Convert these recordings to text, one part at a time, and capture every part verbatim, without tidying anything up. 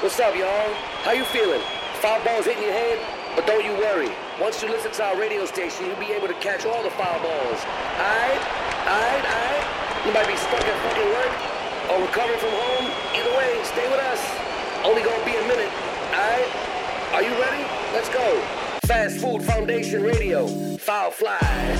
What's up, y'all? How you feeling? Foul balls hitting your head? But don't you worry. Once you listen to our radio station, you'll be able to catch all the foul balls. Alright? Alright? Alright? You might be stuck at fucking work or recovering from home. Either way, stay with us. Only gonna be a minute. Alright? Are you ready? Let's go. Fast Food Foundation Radio. Foul Fly.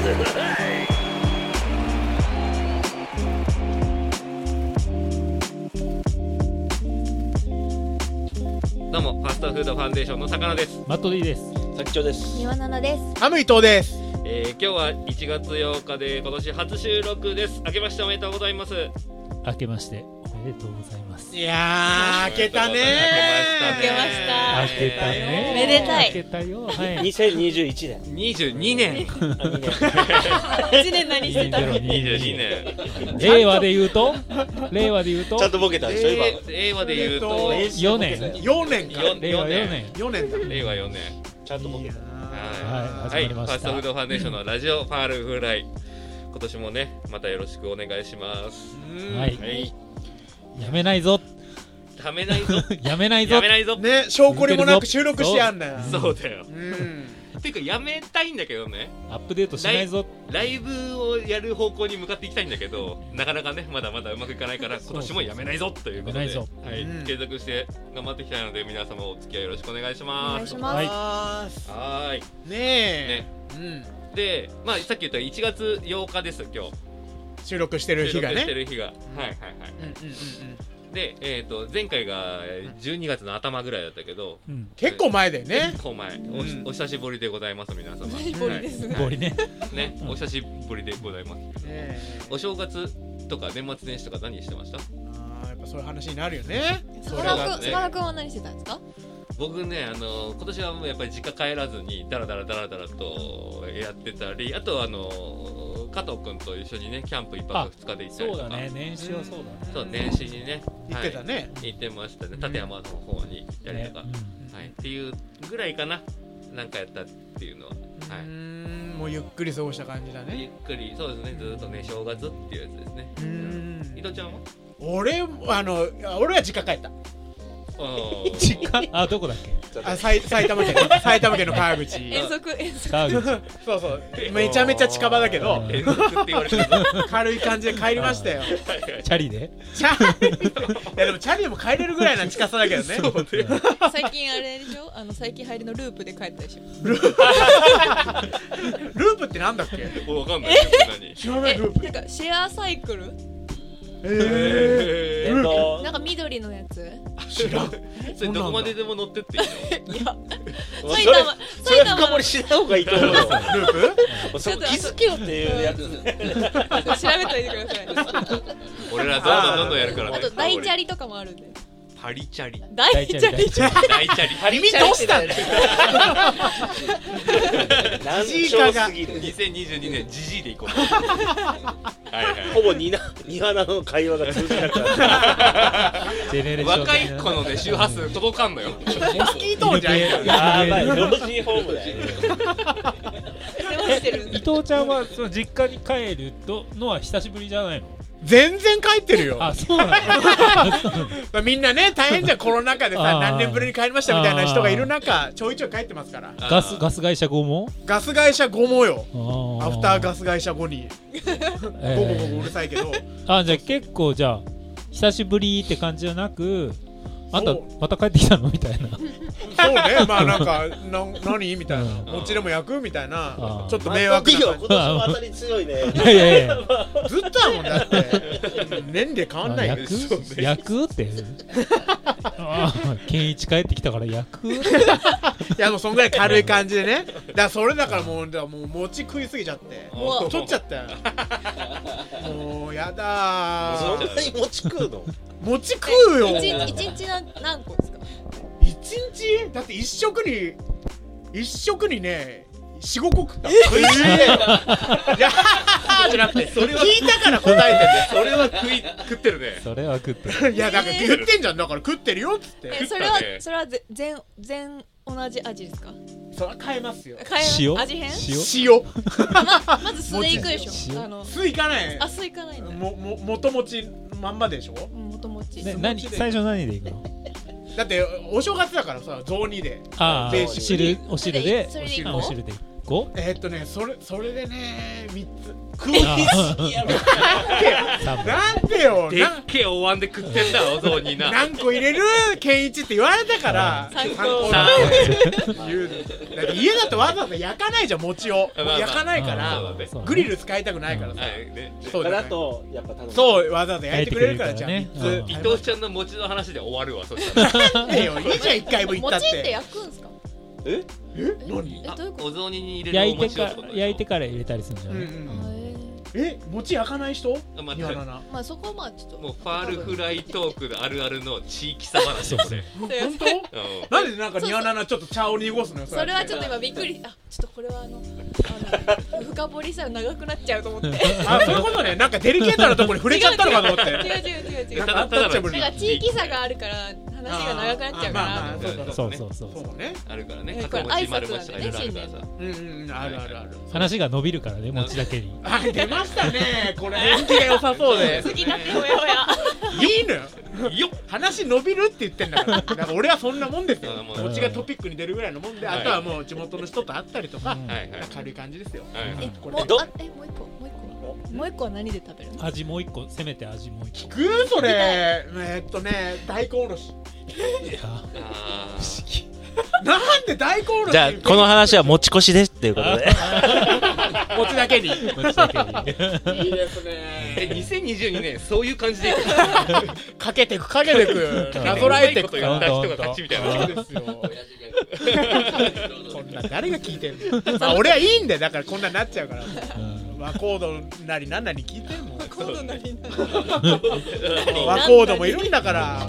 どうもファストフードファンデーションの魚です。 マット D です。 さきちょです。 庭菜です。 ハム伊藤です。 えー、今日はいちがつようかで今年初収録です。明けましておめでとうございます。 明けましておめでとうございます。 いやー明けたねー。 明けました。 明けたね。 めでたい。 明けたよ。はい。 にせんにじゅういちねん。 にじゅうにねん。 いちねん何してたの？ にじゅうにねん。 令和で言うと、令和で言うと、 ちゃんとボケたでしょ今。 令和で言うとよねん。 よねんか。 令和よねん。 よねんだ。 令和よねん。 ちゃんとボケた。 はい、 はい、 始まりました。 ファストフードファンデーションのラジオファールフライ。今年もね、またよろしくお願いします。 はい。 はい。 やめないぞ。 やめないぞ。 やめないぞ。 やめないぞ。 ね、証拠りもなく収録してやんだよ。 そうだよ。 うん。 ていうかやめたいんだけどね。 アップデートしないぞ。 ライブをやる方向に向かっていきたいんだけど、なかなかねまだまだうまくいかないから今年もやめないぞということで、はい、うん、継続して頑張っていきたいので皆様お付き合いよろしくお願いします。お願いします。 はい。 ねえ。 ね。うん。で、まあさっき言ったいちがつようかです今日。 収録してる日がね。 収録してる日が。はいはいはい。うんうんうんうん。で、えー、と前回がじゅうにがつの頭ぐらいだったけど、 うん、結構前だよね。 結構前、うん、お, お久しぶりでございます皆様。 久しぶりですね。 はい、 ね, ね、うん、お久しぶりでございます。ね、お正月とか年末年始とか何してました？ あ、やっぱそういう話になるよね。 さかなクン、さかなクンは何してたんですか？ 僕ね、あの今年はもうやっぱり実家帰らずにダラダラダラダラとやってたり、あとあの加藤くんと一緒にねキャンプいっぱくふつかで行ったりとか。 そうだね、年始はそうだね。 そう、年始にね行ってたね、 はい、行ってましたね。立山の方に行ったりとか、ね、うん、はい、っていうぐらいかな、なんかやったっていうのは、はい、 うーん、もうゆっくり過ごした感じだね。 ゆっくり、そうですね、ずっとね正月っていうやつですね。うん、伊藤ちゃんは？ 俺あの俺は実家帰った。 実家？あ、どこだっけ？ あ、埼玉県埼玉県の川口。 遠足遠足。 川口。 そうそう。めちゃめちゃ近場だけど。 遠足って言われてる。 軽い感じで帰りましたよ。 チャリで？ チャリ。いやでもチャリでも帰れるぐらいな近さだけどね。 最近あれでしょ？あの最近入りのループで帰ったでしょ。 ループってなんだっけ？ わかんない。何？ 知らないループ。 なんかシェアサイクル？ えー、なんか緑のやつ？ 知らん。 それどこまででも乗ってっていいの？ いや、 埼玉、それ深掘りしない方がいいと思うよ。ループ？そ気づけよっていうやつ。調べといてください。 俺らどんどんどんどんやるからね。 あと大チャリとかもあるんで。 パリチャリ。 大チャリ。 大チャリ。 パリチャリ。どうしたんだよ。 何章すぎる。 にせんにじゅうにねんジジイでいこう。はいはい。 ほぼニナニハナの会話が通じなくなった。 若い子のね周波数届かんのよ。 モスキートじゃん。 やばい。老人ホームだよ。 伊藤ちゃんはその実家に帰るのは久しぶりじゃないの？ 全然帰ってるよ。 あ、そうなの。みんなね大変じゃん、コロナ禍でさ、何年ぶりに帰りましたみたいな人がいる中、ちょいちょい帰ってますから。 ガスガス会社後も？ ガス会社後もよ。アフターガス会社後に。ゴゴゴゴうるさいけど。 あ、じゃあ結構じゃあ久しぶりって感じじゃなく、あんたまた帰ってきたのみたいな。 そうね、まあなんかな何みたいな、餅でも焼くみたいな、ちょっと迷惑な。 今年は当たり強いね。 いやいやいや。 ずっとだもんだって。年齢変わんないよ。 焼く？焼くって。健一帰ってきたから焼く？ いやもうそんぐらい軽い感じでね。だからそれだからもうだもう餅食いすぎちゃって、取っちゃったよ。もうやだー。そんなに餅食うの？ 餅食うよ。 一日一日何個ですか？ 一日だって一食に一食にね四五個食った。食いすぎだよ。じゃじゃなくて、それは聞いたから答えてんだよ。 それは食い食ってるね。 それは食ってる。 いやだから言ってんじゃん、だから食ってるよっつって。 え、それはそれは全全同じ味ですか？ それは変えますよ。 塩？ 味変？ 塩。 ままず酢でいくでしょ。あの酢いかない。 あ、酢いかないんだ。 もも元餅まんまでしょ？ 元餅。 何最初何でいくの？ だってお正月だからさ雑煮でああ、お汁お汁でそれでいいのあお汁でいっこえーっとねそれそれでねみっつ食うあなんでよでっけえお椀で食ってんだお雑煮な。 何個入れるケンイチって言われたから参考参考だって言うだって家だとわざわざ焼かないじゃん餅をまあまあ焼かないかそうらだねそうねグリル使いたくないからさはいねそうだだとやっぱ頼むそうわざわざ焼いてくれるからじゃあ焼いみってくれるからねつ伊藤ちゃんの餅の話で終わるわそしたら。 なんでよいいじゃん一回も言ったっ餅ってて焼くんすか？ ええ何えどういうこお雑煮に入れるお焼いてか餅をってことでしょ。 焼いてから入れたりするんじゃない？ うんうんと？へえ餅焼かない人あまあニワナナーまあそこはまあちょっともうファールフライトークであるあるの地域差話ですね。 本うん当なんでなんかニワナナちょっと茶を濁すのよそれはちょっとと今びっくり。あ、ちょっとこれはあのあの深掘りしたら長くなっちゃうと思って。 あそういうことねなんかデリケートなところに触れちゃったのかと思って違う違う違う違う違う。 ただだただのから地域差があるから話が長くなっちゃうかまあまあなと思って。 そうそうそうそうねあるからね。 えこれ角餅丸餅とかいろいろあるから挨拶さ。 うんうんあるあるある話が伸びるからね、餅だけに。 あ出ましたねこれ縁起が良さそうで好きだっておやおや。 いいのよよっ。 話伸びるって言ってんだからだから俺はそんなもんですよそんなもんこっちがトピックに出るぐらいのもんではいあとはもう地元の人と会ったりとかうんはいはい軽い感じですよはいはいえ、 これもうどあえもう一個もう一個もう一個は何で食べるの？ 味もう一個、せめて味もう一個。 食うそれえーっとね大根おろしああなんで大根おろしじゃあこの話は持ち越しですっていうことで餅だけにいい餅だけに。 ですーえねにせんにじゅうにねんそういう感じでいくかけてくかけてくなぞらえてくうまいこと言った人が勝ちみたいな。 そうですよこんな誰が聞いてんのまあ俺はいいんだよだからこんなになっちゃうからうん和コードなりなんなり聞いてんもんコードなりな。 和コードもいるんだから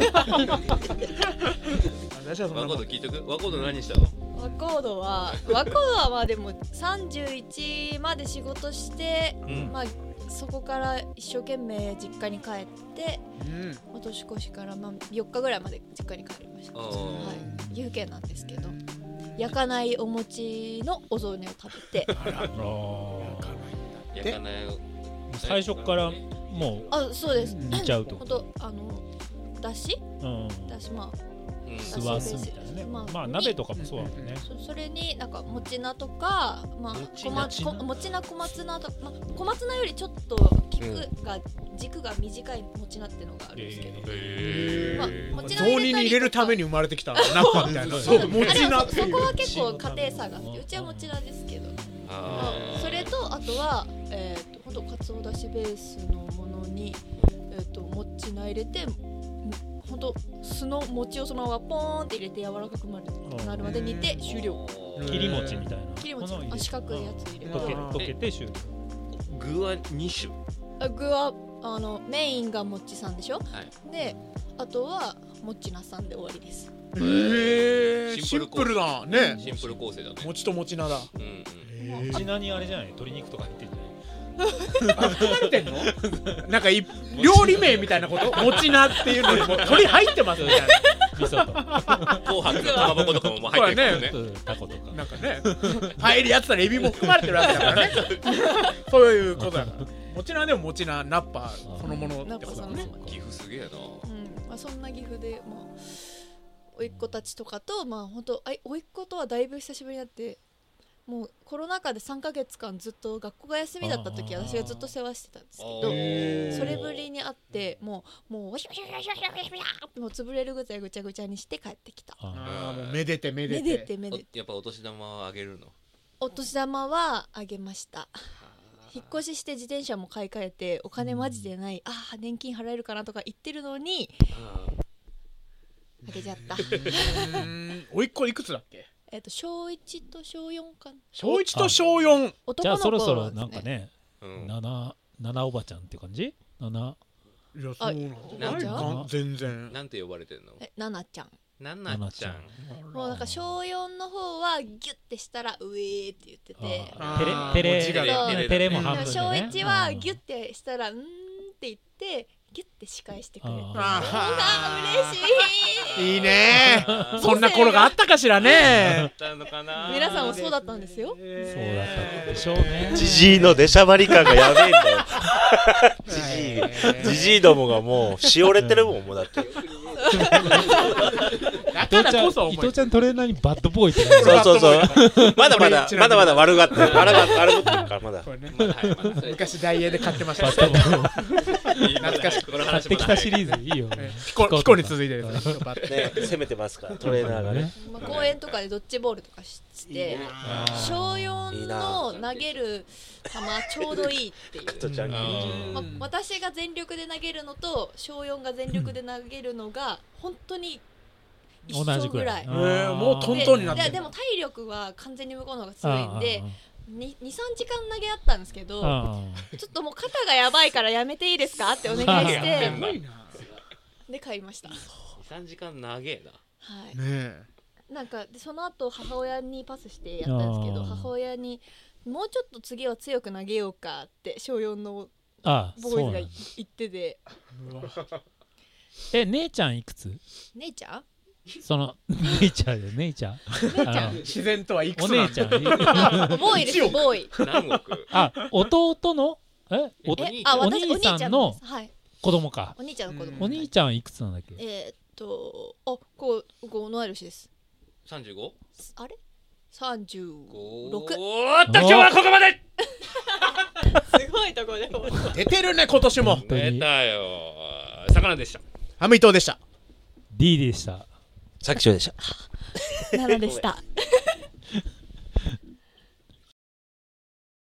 私はそんなもんワコード聞いとく。ワコード何したの？ ワコードはワコードはまあでもさんじゅういちまで仕事して、 うんまあそこから一生懸命実家に帰って、 うんまあ年越しからまあよっかぐらいまで実家に帰りました。 あはーい、岐阜県なんですけど、焼かないお餅のお雑煮を食べて、 あらあ焼かない。 ー最初からもあ、そうです。 う煮ちゃうとほんとあのだし、 う、うん、 だしまあうん吸わすみたいなね。 まあまあ鍋とかもそうだもんね。 そそれになんかもち菜とか、まあ、 もち菜こまこもち菜小松菜とか、まあ、小松菜よりちょっと軸が、軸が短いもち菜っていうのがあるんですけど、 へまあーもち雑煮に入れるために生まれてきたナッパみたいなそうそうそうもちなっていうあでもそそこは結構家庭差があってうちはもち菜ですけど、 あーそれとあとはえっ、とほんとかつおだしベースのものにえっ、ともち菜入れてほんと酢の餅をそのままポーンって入れて柔らかくなるなるまで煮て終了。 切り餅みたいな切り餅ものを入れてあ四角いやつ入れて溶けうん溶けて終了。 具はに種。 あ具はあのメインがもっちさんでしょ、 はいであとはもっちなさんで終わりです。 へーシシンプルンプルだねシンプル構成だね。 餅と餅菜だうんうん。 ちなにあれじゃない？鶏肉とか入ってんじゃない？ あ含まれてんのなんかい料理名みたいなこと餅菜っていうのにも鶏入ってますみたい味噌と紅白のかまぼことかももう入ってるからね。 うんタコとか。 ななんかね入るやつならエビも含まれてるわけだからねそういうことだから餅菜でも餅菜ナッパそのものってことだね岐阜すげえな。 うんまあ、そんな岐阜で、まあ、おいっ子たちとかとまあ本当あいおいっ子とはだいぶ久しぶりになってもうコロナ禍でさんかげつかんずっと学校が休みだった時あー私がずっと世話してたんですけあどーそれぶりに会ってもうもうわしゃわしゃわしゃわしゃわしゃわしゃってもう潰れるぐちゃぐちゃぐちゃにして帰ってきた。 ああーもうめでてめでめてでてめでておやっぱお年玉はあげるの？ お年玉はあげました。引っ越しして自転車も買い替えてお金マジでない、ああ年金払えるかなとか言ってるのにあげちゃったうーんおいっ子いくつだっけえっと小いちと小よんかな小いちと小よん男じゃあそろの子そろなんかね、 うん。 七七おばちゃんっていう感じ？七いやそうなんじゃないなんじゃか全然なんて呼ばれてんの？ えななちゃんななちゃん。 もうなんか小よんの方はギュッてしたらうえーって言っててあーあーテレ文字がテレそうテレもでも半分で小ね。 いちはうんギュッてしたらうーんって言ってギュッて仕返してくれるあああー嬉しいいいねあそんな頃があったかしらだっねたのかな。 皆さんもそうだったんですよ。 そうだったでしょうね。 ジジイの出しゃばり感がやべえんだよジジイジジイどもがもうしおれてるもんもうだってだからこそ伊藤ちゃんトレーナーにバッドボーイって言われるそうそうそうまだまだこれまだまだ悪がって悪が悪がってるからまだこれねまだはいまだ昔ダイエーで買ってましたバッドボーイ懐かしいこの買っ話もてきたシリーズいいよねピコピコに続いてるんですよバッね攻めてますからトレーナーがねまあ、公園とかでドッジボールとかして小よんの投げる球ちょうどいいっていう加トちゃんうんまあ、私が全力で投げるのと小よんが全力で投げるのが本当に一同じ緒ぐらいぐらいえーもうトンでトンになってるででも体力は完全に向こうの方が強いんであにさんじかん投げ合ったんですけどあちょっともう肩がやばいからやめていいですかってお願いしやっててんだで買いました。はにさんじかん長えないねなんかでその後母親にパスしてやったんですけどあー母親にもうちょっと次は強く投げようかって小よんのああボーイズがそうなんだ言っててえ姉ちゃんいくつ姉ちゃんその姉ちゃんで姉ちゃんあの自然とはいくおつなん姉ちゃんあボーイです一億ボーイ何億あ弟のえおおえあ私お兄さんのお兄ちゃですはい子供かお兄ちゃんの子供お兄ちゃんいくつなんだっけえー、っとあこうこう同い年ですさんじゅうご? あれさんじゅうろくおーっと今日はここまですごいとこで出てるね今年も当に出たよ魚でしたハム伊藤でした D でしたさっきしょでしたななでした